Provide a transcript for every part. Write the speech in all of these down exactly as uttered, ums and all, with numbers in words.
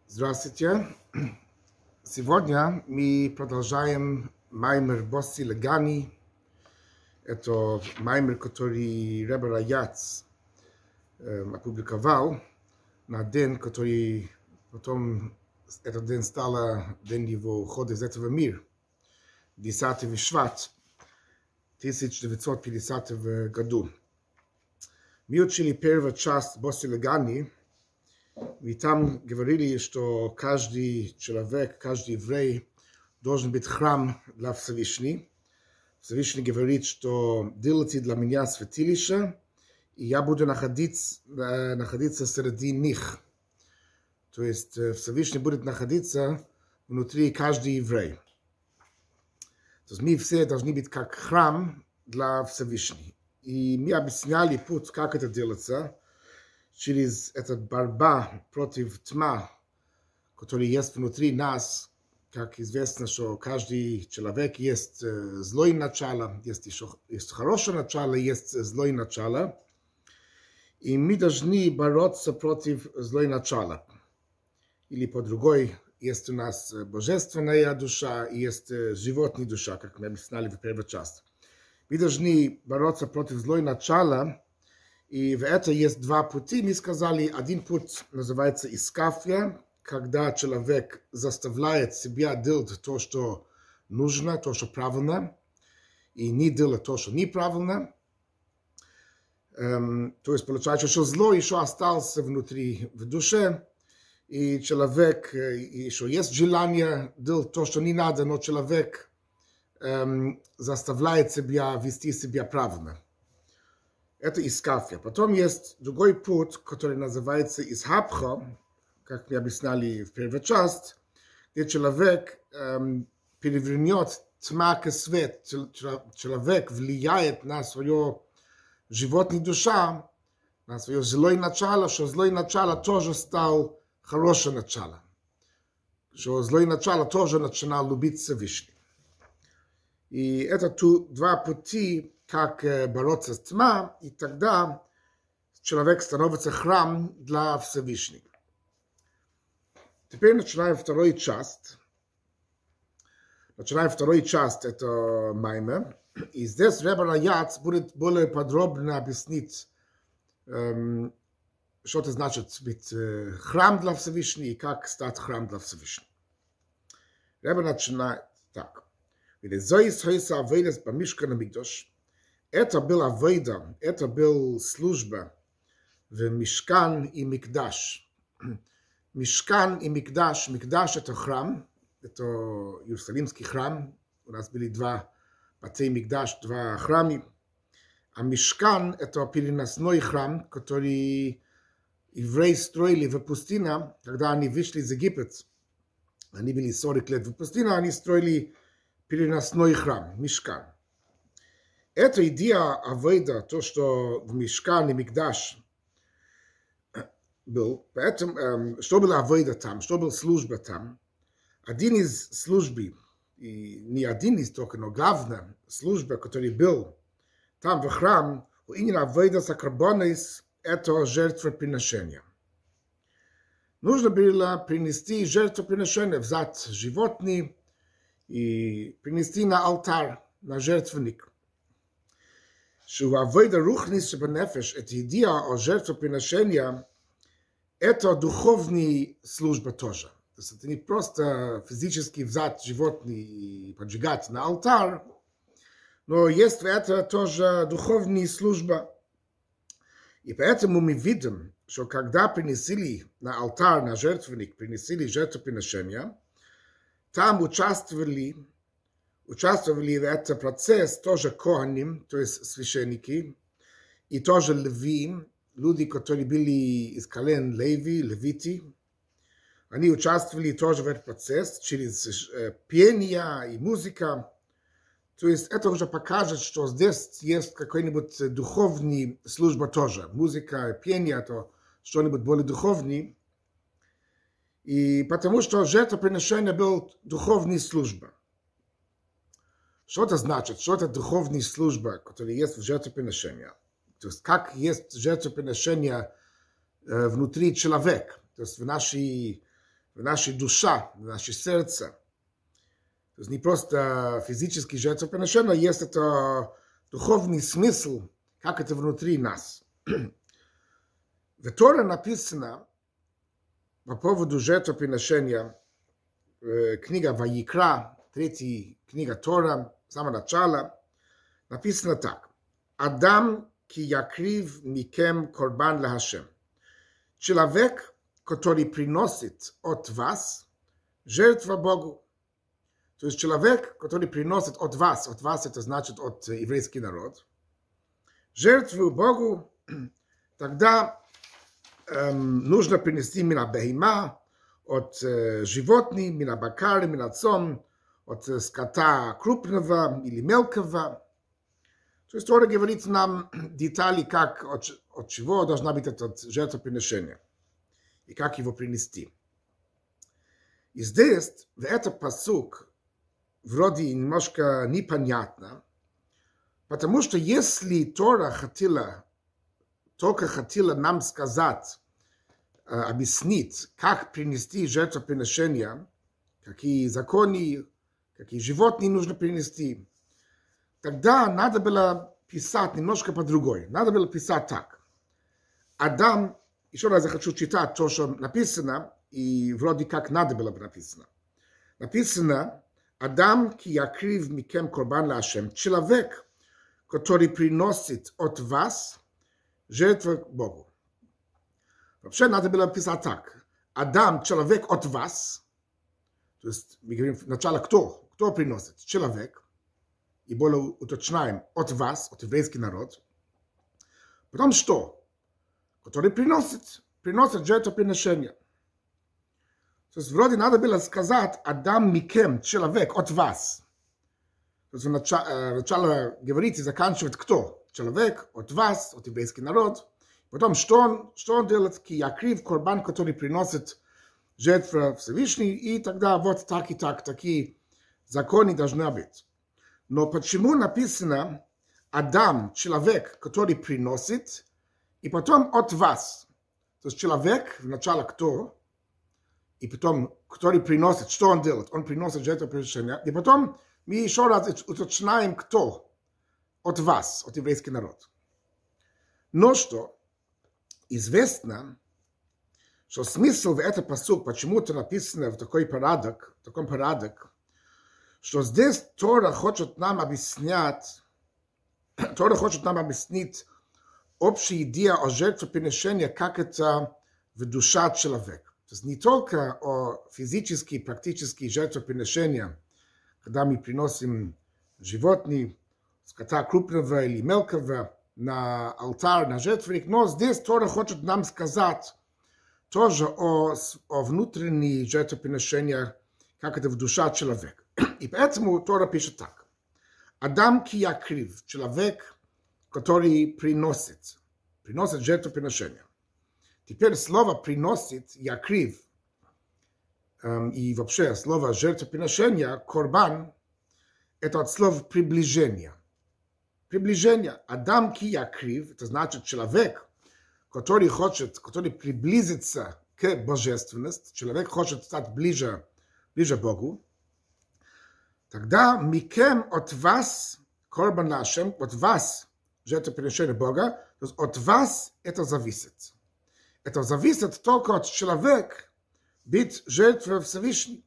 Здравствуйте. Сегодня мы продолжаем маймер Босси Легани. Это маймер, который Ребе Раяц э, опубликовал на день, который потом этот день стал день его ухода из этого мира, десятого Шват тысяча девятьсот пятидесятого году. Мы учили первую часть Босси Легани, и там говорили, что каждый человек, каждый еврей должен быть храм для Всевышнего. Всевышний говорит, что делайте для меня святилище, и я буду находиться, находиться среди них. То есть Всевышний будет находиться внутри каждого еврея. То есть мы все должны быть как храм для Всевышнего. И мы объясняли путь, как это делается, через этот борьба против тьма, который есть внутри нас. Как известно, что каждый человек есть злое начало, есть еще есть хорошее начало, есть злое начало. И мы должны бороться против злое начала. Или по-другой, есть у нас божественная душа и есть животная душа, как мы объясняли в первой части. Мы должны бороться против злое начала. И в этом есть два пути, мы сказали. Один путь называется искафия, когда человек заставляет себя делать то, что нужно, то, что правильно, и не делать то, что неправильно. Эм, то есть получается, что зло еще осталось внутри, в душе, и человек, еще есть желание делать то, что не надо, но человек эм, заставляет себя вести себя правильно. Это искафия. Потом есть другой путь, который называется исхапха, как мы объясняли в первой части, где человек эм, перевернет тьма к свет. Человек влияет на свою животную душу, на свое злое начало, что злое начало тоже стало хорошее начало. Что злое начало тоже начинало любить Всевышнего. И это тут два пути, как бороться с тьмой, и тогда человек становится храм для Всевышнего. Теперь начинаем вторую часть. Начинаем вторую часть этого маймер. И здесь Ребе Раяц будет более подробно объяснить, эм, что это значит быть э, храм для Всевышнего и как стать храм для Всевышнего. Ребе начинает так. Это была авейда, это была служба в Мишкан и Микдаш. Мишкан и Микдаш. Микдаш – это храм, это Иерусалимский храм. У нас были два батей Микдаш, два храма. А Мишкан – это переносной храм, который евреи строили в пустыне, когда они вышли из Египта. Они были сорок лет в пустыне, они строили переносной храм, Мишкан. Эта идея авейда, то, что в Мишкан и Микдаш был, поэтому, эм, что была авейда там, что была служба там, один из служб, и не один из только, но главная служба, который был там в храм, именно авейда сакарбонис, это жертвоприношение. Нужно было принести жертвоприношение, взять животные и принести на алтарь, на жертвенник. Что авейда рухнис шебанефеш, эта идея о жертвоприношении, это духовная служба тоже. То есть это не просто физически взять животные и поджигать на алтарь, но есть в этом тоже духовная служба. И поэтому мы видим, что когда принесли на алтарь, на жертвенник, принесли жертвоприношение, там участвовали, участвовали в этом процессе тоже коаним, то есть священники, и тоже левим, люди, которые были из колен Леви, левити. Они участвовали тоже в этом процессе через э, пение и музыка. То есть это уже покажет, что здесь есть какая-нибудь духовная служба тоже. Музыка, пение, это что-нибудь более духовное. И потому что жертвоприношение было духовной службой. Что это значит? Что это духовная служба, которая есть в жертвоприношении? То есть как есть жертвоприношение э, внутри человека. То есть в нашей в нашей душе, в наше сердце. То есть не просто физический жертвоприношение, есть это духовный смысл, как это внутри нас. В Торе написано по поводу жертвоприношения, книга Ваикра, третья книга Тора, с самого начала, написано так. Адам ки якрив микем корбан лахашем. Человек, который приносит от вас жертву Богу. То есть человек, который приносит от вас, от вас это значит от еврейский народ, жертву Богу, тогда эм, нужно принести мина бехима, от э, животных, мина бакары, мина цом, от э, скота крупного или мелкого. То есть Тора говорит нам детали, как, от, от чего должна быть это жертвоприношение и как его принести. И здесь, в этот пасук, вроде немножко непонятно, потому что если Тора хотела, только хотела нам сказать, объяснить, как принести жертвоприношение, какие законы, какие животные нужно принести, тогда надо было писать немножко по-другому. Надо было писать так. Адам, еще раз я хочу читать то, что написано, и вроде как надо было бы написано. Написано, Адам ки якрив микем корбан лашем. Человек, который приносит от вас жертву Богу. Вообще надо было писать так. Адам, человек от вас. То есть мы говорим сначала кто? Кто приносит? Человек. И более уточняем от вас, от еврейский народ. Потом что? Который приносит. Приносит жертвоприношение. То есть вроде надо было сказать Адам микем, человек от вас. То есть сначала говорить и заканчивать кто? Человек от вас, от еврейский народ. Потом что он, что он делает? Ки якрив корбан, который приносит жертву Всевышний. И тогда вот так и так, такие законы должны быть. Но почему написано Адам, человек, который приносит, и потом от вас? То есть человек, вначале кто? И потом, который приносит, что он делает? Он приносит жертвоприношение. И потом мы еще раз уточняем, кто от вас, от еврейский народ. Но что? Известно, что смысл в этом пасук, почему-то написано в такой порядок, в таком порядок, что здесь Тора хочет нам объяснять, Тора хочет нам объяснить общая идея о жертвоприношении, как это в душе человека. То есть не только о физически, практически жертвоприношения, когда мы приносим животных, скота крупного или мелкого на алтарь, на жертвенник, но здесь Тора хочет нам сказать тоже о, о внутренней жертвоприношении, как это в душе человека. И поэтому Тора пишет так. Адам ки якрив, человек, который приносит, приносит жертвоприношение. Теперь слово приносит, якрив, эм, и вообще слово жертвоприношение, корбан, это от слова приближение. Приближение. Адам ки якрив, это значит человек, который хочет, который приблизится к божественности, человек хочет стать ближе, ближе к Богу, тогда микем от вас, корбан лашем, от вас, жертвоприношение Бога, то есть от вас это зависит. Это зависит только от человека быть жертвой Всевышней.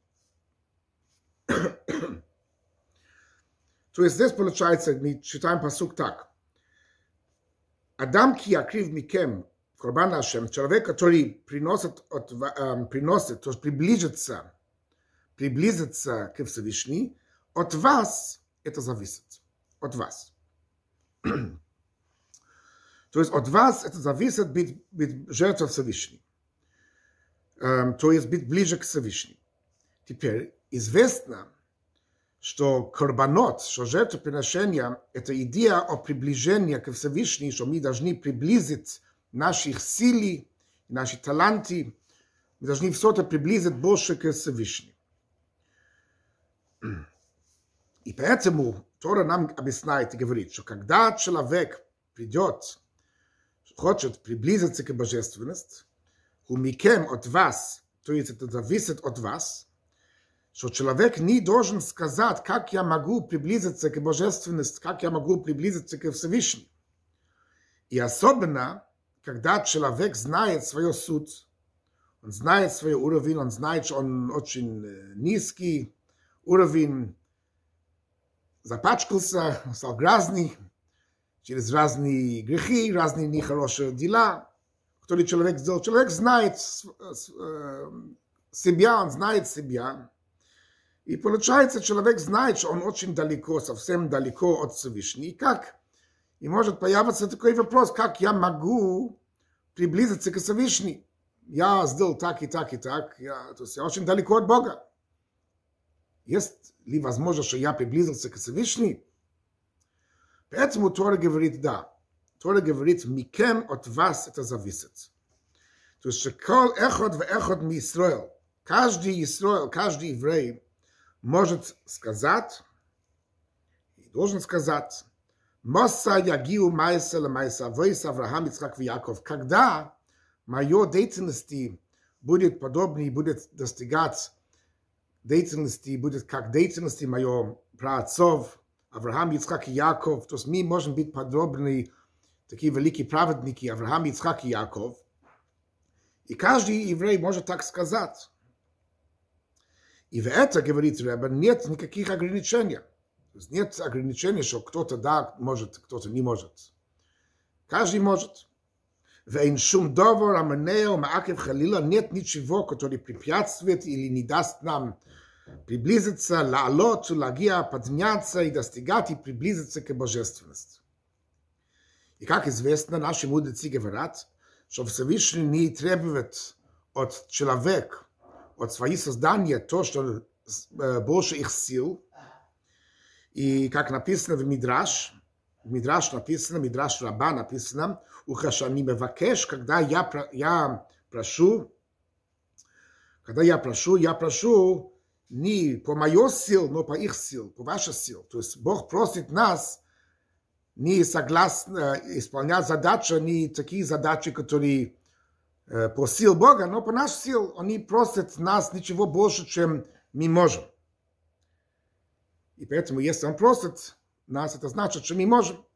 То есть здесь получается, мы читаем пасук так. Адам ки якрив микем корбан лашем, человек, который приносит, от, э, приносит, то есть приблизится, приблизится к Всевышней, от вас это зависит. От вас. То есть от вас это зависит быть, быть жертвой Всевышней. Эм, то есть быть ближе к Всевышней. Теперь известно, что корбанот, что жертвоприношение, это идея о приближении к Всевышней, что мы должны приблизить наших силы, наши таланты, мы должны все это приблизить больше к Всевышней. И поэтому Тора нам объясняет и говорит, что когда человек придет, хочет приблизиться к божественности, у микем от вас, то есть это зависит от вас, что человек не должен сказать, как я могу приблизиться к божественности, как я могу приблизиться к Всевышнему. И особенно, когда человек знает свою суть, он знает свой уровень, он знает, что он очень низкий уровень, запачкался, стал грязный, через разные грехи, разные нехорошие дела, которые человек сделал. Человек знает себя, он знает себя. И получается, человек знает, что он очень далеко, совсем далеко от Всевышнего. И как? И может появиться такой вопрос, как я могу приблизиться к Всевышнему? Я сделал так и так и так, я, то есть я очень далеко от Бога. Есть ли возможность, что я приблизился к Всевышнему? Поэтому Тора говорит, да. Тора говорит, микем от вас это зависит. То есть, что кол эхот в эхот ми Исраил, каждый Исраил, каждый еврей может сказать, и должен сказать, Моса ягиу майса ла майса войс Авраам, Ицхак и Яков, когда мое деятельности будет подобнее, будет достигать деятельности, будет как деятельности моего праотцов, Авраам, Ицхак и Яков, то есть мы можем быть подобны такие великие праведники, Авраам, Ицхак и Яков. И каждый еврей может так сказать. И в это, говорит Ребе, нет никаких ограничений. То есть нет ограничений, что кто-то да может, кто-то не может. Каждый может. Вейн шум довор, аманео, маакев халила, нет ничего, который препятствует или не даст нам приблизиться, лаалот, лагия, подняться и достигать и приблизиться к божественности. И как известно, наши мудрецы говорят, что Всевышний не требует от человека, от своих создания то, что больше их сил. И как написано в Мидраш, в Мидраш написано, Мидраш Раба написано, ухашани мевакеш, когда я, я прошу, когда я прошу, я прошу не по моей сил, но по их сил, по вашей сил. То есть Бог просит нас не согласно исполнять задачи, не такие задачи, которые э, по сил Бога, но по нашей сил. Они просят нас ничего больше, чем мы можем. И поэтому, если Он просит нас, это значит, что мы можем.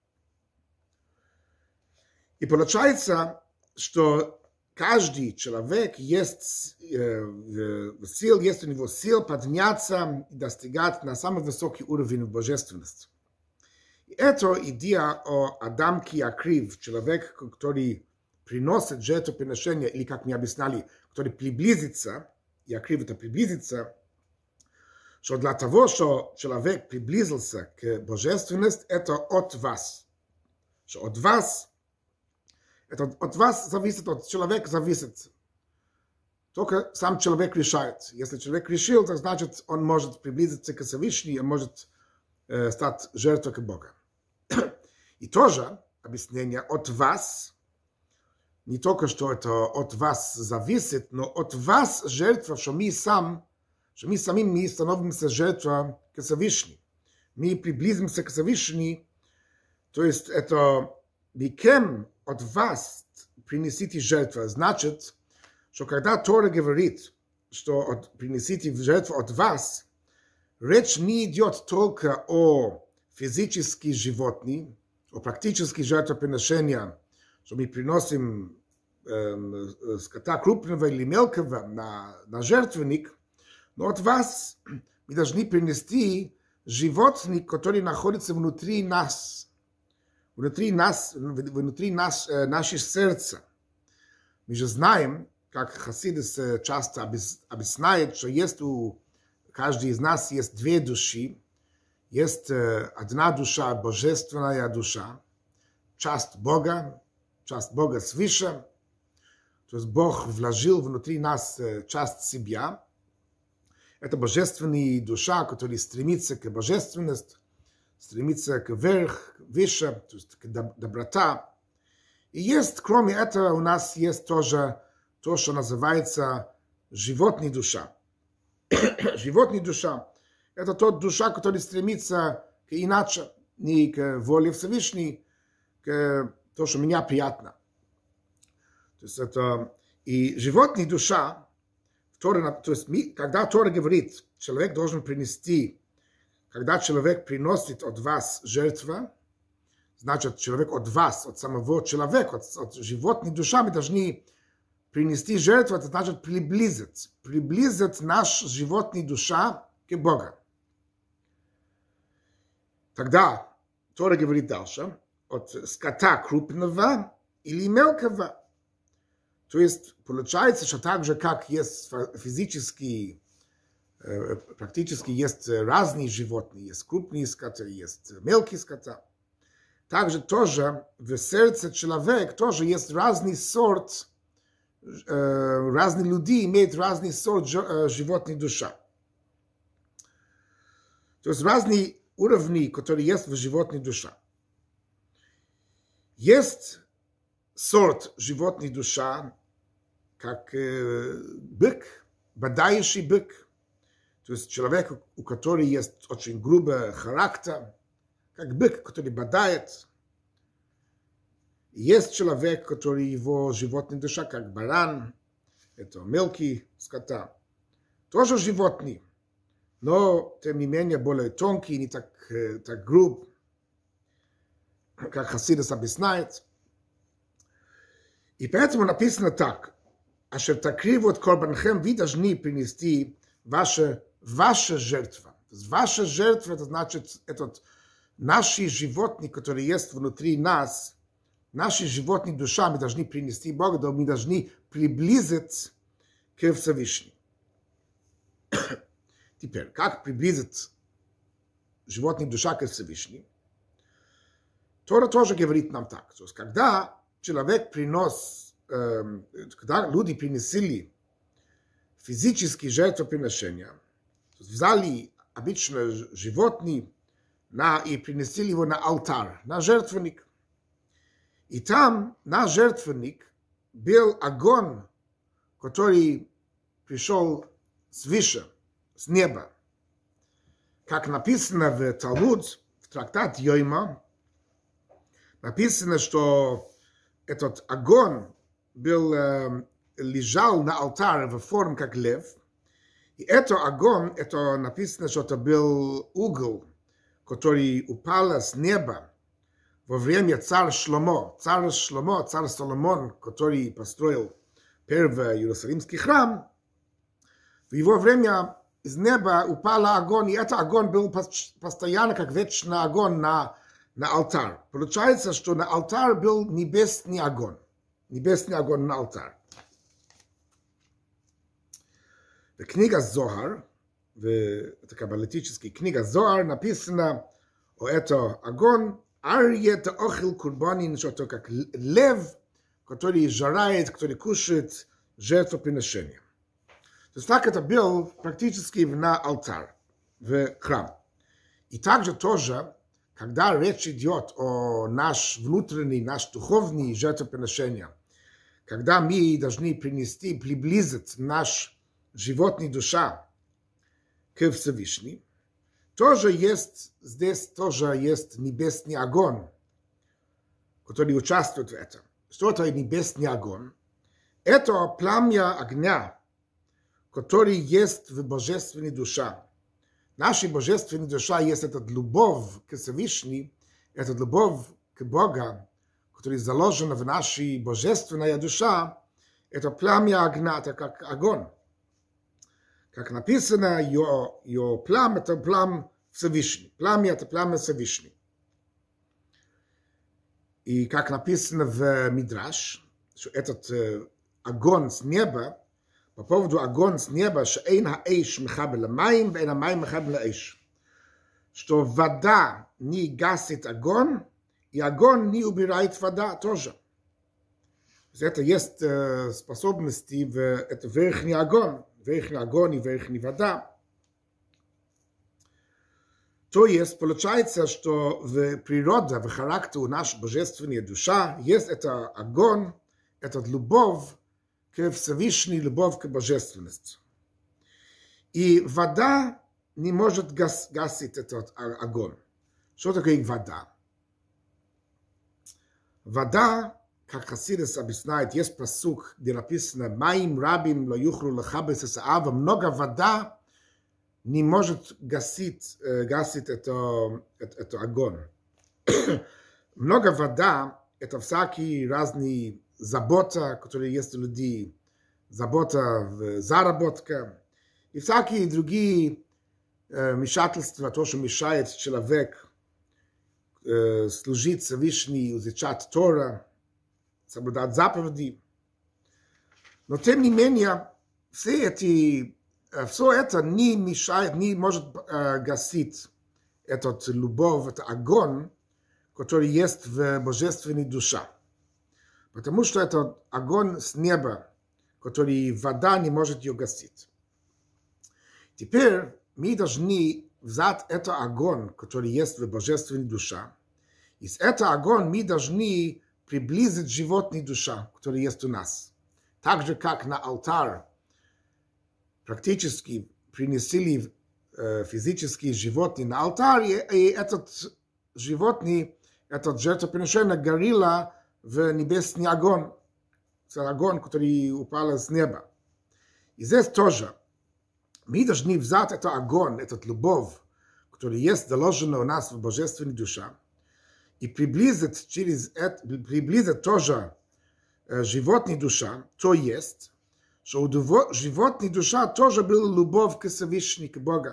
И получается, что каждый человек есть э, сил, есть у него сил подняться и достигать на самый высокий уровень божественности. И это идея о Адам ки акрив, человек, который приносит жертвоприношение, или, как мы объясняли, который приблизится, и акрив это приблизится, что для того, что человек приблизился к божественности, это от вас. Что от вас, это от вас зависит, от человека зависит. Только сам человек решает. Если человек решил, то значит, он может приблизиться к Всевышнему, он может э, стать жертвой к Богу. И тоже объяснение от вас, не только что это от вас зависит, но от вас жертва, что мы сам, что мы сами мы становимся жертвой к Всевышнему. Мы приблизимся к Всевышнему, то есть это бикем от вас принесите жертву. Значит, что когда Тора говорит, что от, принесите жертву от вас, речь не идет только о физических животных, о практических жертвоприношениях, что мы приносим э, скота крупного или мелкого на, на жертвенник, но от вас мы должны принести животных, которые находятся внутри нас, внутри нас, внутри нас, э, нашего сердца. Мы же знаем, как Хасидус часто объясняет, что есть у каждого из нас есть две души. Есть одна душа, божественная душа, часть Бога, часть Бога свыше. То есть Бог вложил внутри нас часть себя. Это божественная душа, которая стремится к божественности, стремится к вверх, выше, то есть к доброта. И есть, кроме этого, у нас есть тоже то, что называется животная душа. Животная душа. Это тот душа, которая стремится к иначе, не к воле Всевышней, к то, что мне приятно. То есть это и животная душа, Тора, то есть когда Тора говорит, человек должен принести, когда человек приносит от вас жертва, значит, человек от вас, от самого человека, от, от животных душами должны принести жертву, это значит приблизить, приблизить наш животный душа к Богу. Тогда Тора говорит дальше, от скота крупного или мелкого. То есть получается, что так же, как есть физически, практически есть разные животные, есть крупные скоты, есть мелкие скоты. Также тоже в сердце человека тоже есть разный сорт, разные люди имеют разный сорт животной души. То есть разные уровни, которые есть в животной душе. Есть сорт животной души, как э, бык, бодающий бык. То есть человек, у которого есть очень грубый характер, как бык, который бодает. Есть человек, который его животная душа, как баран, это мелкий скота. Тоже животный, но, тем не менее, более тонкий, не так, так груб, как Хасидус объясняет. И поэтому написано так. Ашер такриву корбанхем, вы должны принести ваша, ваша жертва. Ваша жертва, это значит, этот, наши животные, которые есть внутри нас, наши животные душа, мы должны принести Богу, мы должны приблизить к Всевышнему. Теперь, как приблизить животные душа к Всевышнему? Тора тоже говорит нам так. То есть, когда человек принес, э, когда люди принесли физические жертвоприношения, взяли обычно животные на, и принесли его на алтарь, на жертвенник. И там на жертвенник был огонь, который пришел свыше, с неба. Как написано в Талмуд, в трактат Йойма, написано, что этот огонь был, э, лежал на алтаре в форме как лев. И это огонь, это написано, что это был угол, который упал с неба во время царя Шломо. Царь Шломо, царь Соломон, который построил первый Иерусалимский храм, в его время из неба упал огонь, и этот огонь был постоянно как вечный огонь на, на алтарь. Получается, что на алтарь был небесный огонь. Небесный огонь на алтарь. В книге Зоар, в это каббалистической книге Зоар написано о этом огонь, арье это охил курбанин, что это как лев, который жарает, который кушает жертвоприношение. То есть так это был практически на алтарь, в храм. И также тоже, когда речь идет о наш внутренний, наш духовный жертвоприношение, когда мы должны принести, приблизить наш животный душа к Всевышнему, тоже есть, здесь тоже есть небесный огонь, который участвует в этом. Что это небесный огонь? Это пламя огня, который есть в божественной душе. Наша божественная душа есть эта любовь к Всевышнему, эта любовь к Богу, которая заложена в нашей божественной душе, это пламя огня, это как огонь. Как написано, ее, ее пламя, это пламя Всевышний. Пламя, это пламя Всевышний. И как написано в Мидраш, что этот э, огонь с неба, по поводу огонь с неба, что вода не гасит огонь, и огонь не убирает вода тоже. Это есть э, способности в это верхний огонь, верхний огонь и верхняя вода. То есть получается, что в природе, в характере нашей божественной души есть это огонь, это любовь к Всевышней, любовь к божественности. И вода не может гас, гасить этот огонь. Что такое вода? Вода, как Хасидус объясняет, есть посук, где написано «Маим рабим ло юхлу лахабес эс аава», много вода не может гасить, гасить это, это, это огонь. Много вода – это всякие разные заботы, которые есть у людей, забота в заработке, и всякие другие э, вмешательства, то, что мешает человек э, служить Всевышнему, изучать Тора, соблюдать заповеди. Но, тем не менее, все эти, все это не мешает, не может э, гасить этот любовь, этот огонь, который есть в божественной душе. Потому что это огонь с неба, который вода не может ее гасить. Теперь мы должны взять этот огонь, который есть в божественной душе, и с этого огонь мы должны приблизить животную душу, которая есть у нас. Так же, как на алтарь практически принесли э, физические животные на алтарь, и этот животный, этот жертвоприношение горело в небесный огонь. Это огонь, который упал с неба. И здесь тоже мы должны взять этот огонь, этот любовь, который есть заложена у нас в божественной душе, и приблизить через это, приблизить тоже э, животная душа, то есть, что у животной душа тоже была любовь к Всевышнему, к Богу.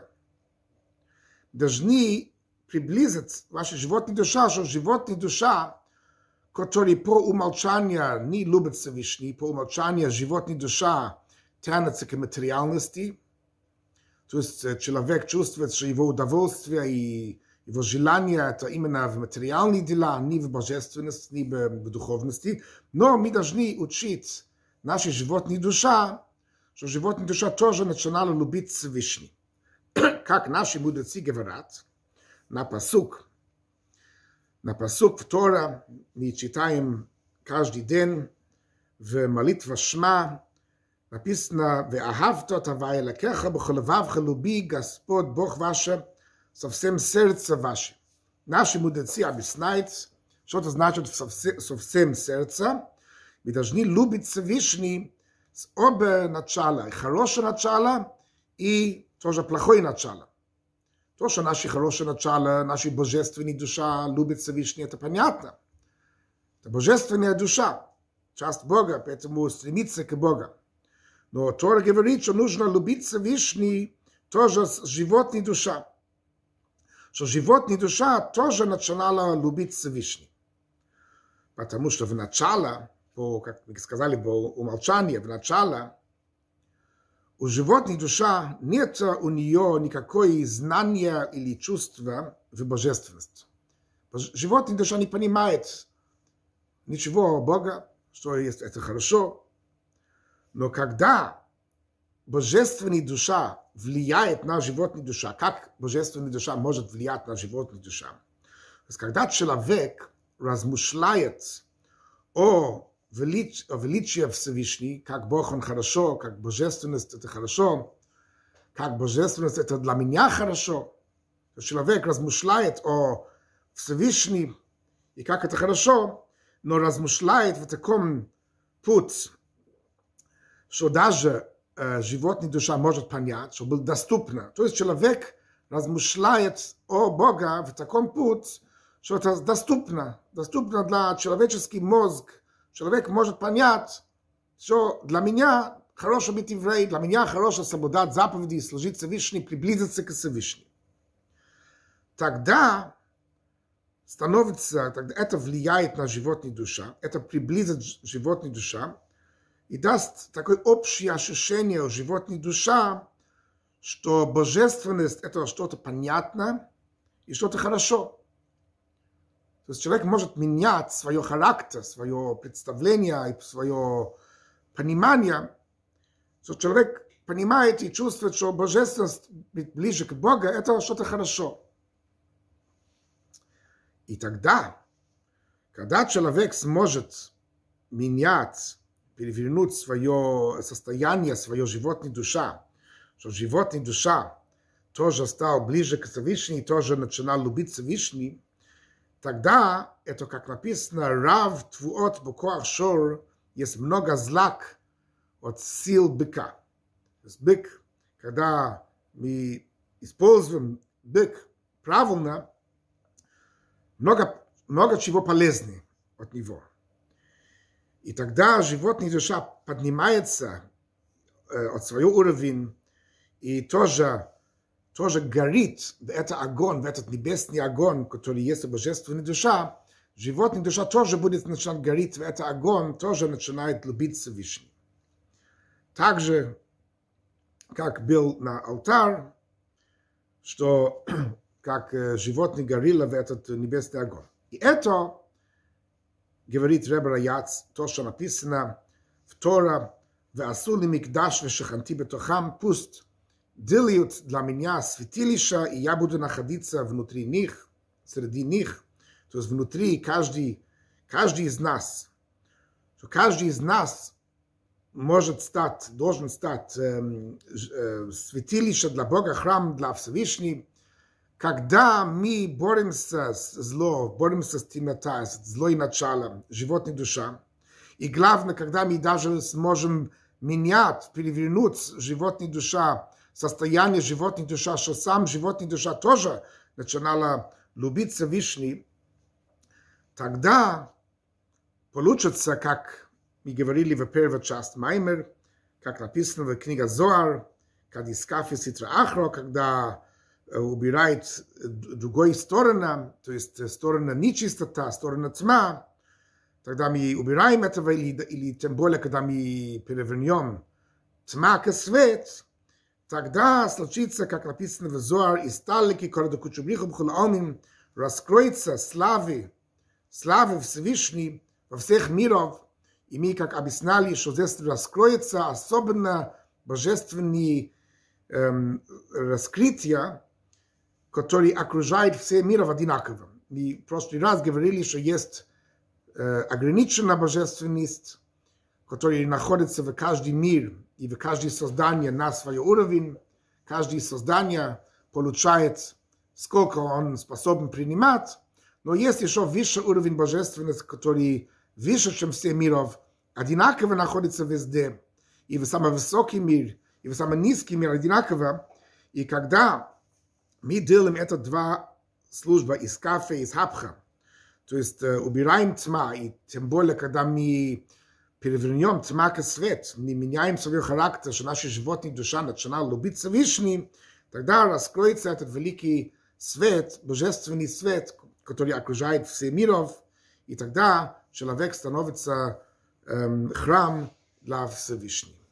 Должны приблизить ваша животная душа, что животная душа, которая по умолчанию не любит Всевышнего, по умолчанию животная душа тянется к материальности, то есть человек чувствует, что его удовольствие и его желание это именно в материальные дела, не в божественности, не в духовности. Но мы должны учить нашу животную душа, что животная душа тоже начинала любить Всевышний. Как наши мудрецы говорят, на пасук, на пасук в Тора мы читаем каждый день в молитве Шма, написано «Ве'ахавто тавай элокеха б'chol левавcha люби Господь Бог ваш со всем сердцем вашим». Наши мудрецы объясняют, что это значит со всем сердцем. Мы должны любить Всевышний с оба начала, хорошее начало и тоже плохое начало. То, что наше хорошее начало, наша божественная душа любит Всевышний, это понятно. Это божественная душа, часть Бога, поэтому стремится к Богу. Но Тора говорит, что нужно любить Всевышний тоже с животной душой. Что животная душа тоже начинала любить Всевышний. Потому что в начале, по, как мы сказали, по умолчанию, в начале, у животной души нет у нее никакой знания или чувства в божественности. Животная душа не понимает ничего о Боге, что есть это хорошо. Но когда божественная душа влияет на животную душу, как божественная душа может влиять на животную душу? То есть, когда человек размышляет о велич... величии Всевышней, как Бог он хорошо, как божественность это хорошо, как божественность это для меня хорошо, то человек размышляет о Всевышней и как это хорошо, но размышляет в таком путь, что даже э, животная душа может понять, что было доступно. То есть человек размышляет о Боге в таком путь, что это доступно, доступно для человеческий мозг. Человек может понять, что для меня хорошо быть евреем, для меня хорошо соблюдать заповеди, служить Всевышнему, приблизиться к Всевышнему. Тогда становится, тогда это влияет на животную душу, это приблизит животную душу, и даст такое общее ощущение у животной души, что божественность – это что-то понятное и что-то хорошо. То есть человек может менять свой характер, свое представление и свое понимание, что человек понимает и чувствует, что божественность быть ближе к Богу – это что-то хорошо. И тогда, когда человек сможет менять, перевернуть свое состояние, свою животную душу, что животная душа тоже стала ближе к Всевышнему, тоже начинала любить Всевышний, тогда, это как написано, Рав Твуот Букоах Шор, есть много злак от сил быка. То есть бык, когда мы используем бык правильно, много, много чего полезного от него. И тогда животная душа поднимается э, от своего уровня и тоже, тоже горит в этот огонь, в этот небесный огонь, который есть у божественной души. Животная душа тоже будет начинать гореть в этот огонь, тоже начинает любить Всевышний. Так же, как был на алтарь, что как животное горело в этот небесный огонь. И это, говорит Ребе Раяц, то, что написано в Тора, «Веасули микдаш вешаханти бетохам», пусть делают для меня святилища, и я буду находиться внутри них, среди них, то есть внутри каждый, каждый из нас. Что каждый из нас может стать, должен стать э, э, святилищем для Бога, храм для Всевышнего, когда мы боремся с злом, боремся с темнотой, с злой началом, животной душа, и главное, когда мы даже сможем менять, перевернуть животную душу, состояние животной души, что сам животная душа тоже начинала любить Всевышний, тогда получится, как мы говорили в первой части Маймер, как написано в книге Зоар, когда Искафи Ситра Ахро, когда убирает другой сторону, то есть сторона нечистота, сторона тьма, тогда мы убираем этого, или, или тем более, когда мы перевернем тьма к свет, тогда случится, как написано в Зоар, и сталики, когда кучубриху бхулаомим, раскроется славы, славы Всевышней во всех мирах, и мы, как объясняли, что здесь раскроется особенно божественные эм, раскрытия, которые окружают все миры одинаково. Мы в прошлый раз говорили, что есть э, ограниченная божественность, которая находится в каждом мире и в каждом создании на свой уровень. Каждое создание получает, сколько он способен принимать, но есть еще высший уровень божественности, который выше, чем все миров, одинаково находится везде. И в самый высокий мир, и в самый низкий мир одинаково. И когда мы делаем это два службы, из кафе, из хапха, то есть э, убираем тьма, и тем более, когда мы перевернем тьма к свет, мы меняем свой характер, что наша животная душа начинает любить Всевышний, тогда раскроется этот великий свет, божественный свет, который окружает все миров, и тогда человек становится эм, храм для Всевышнего.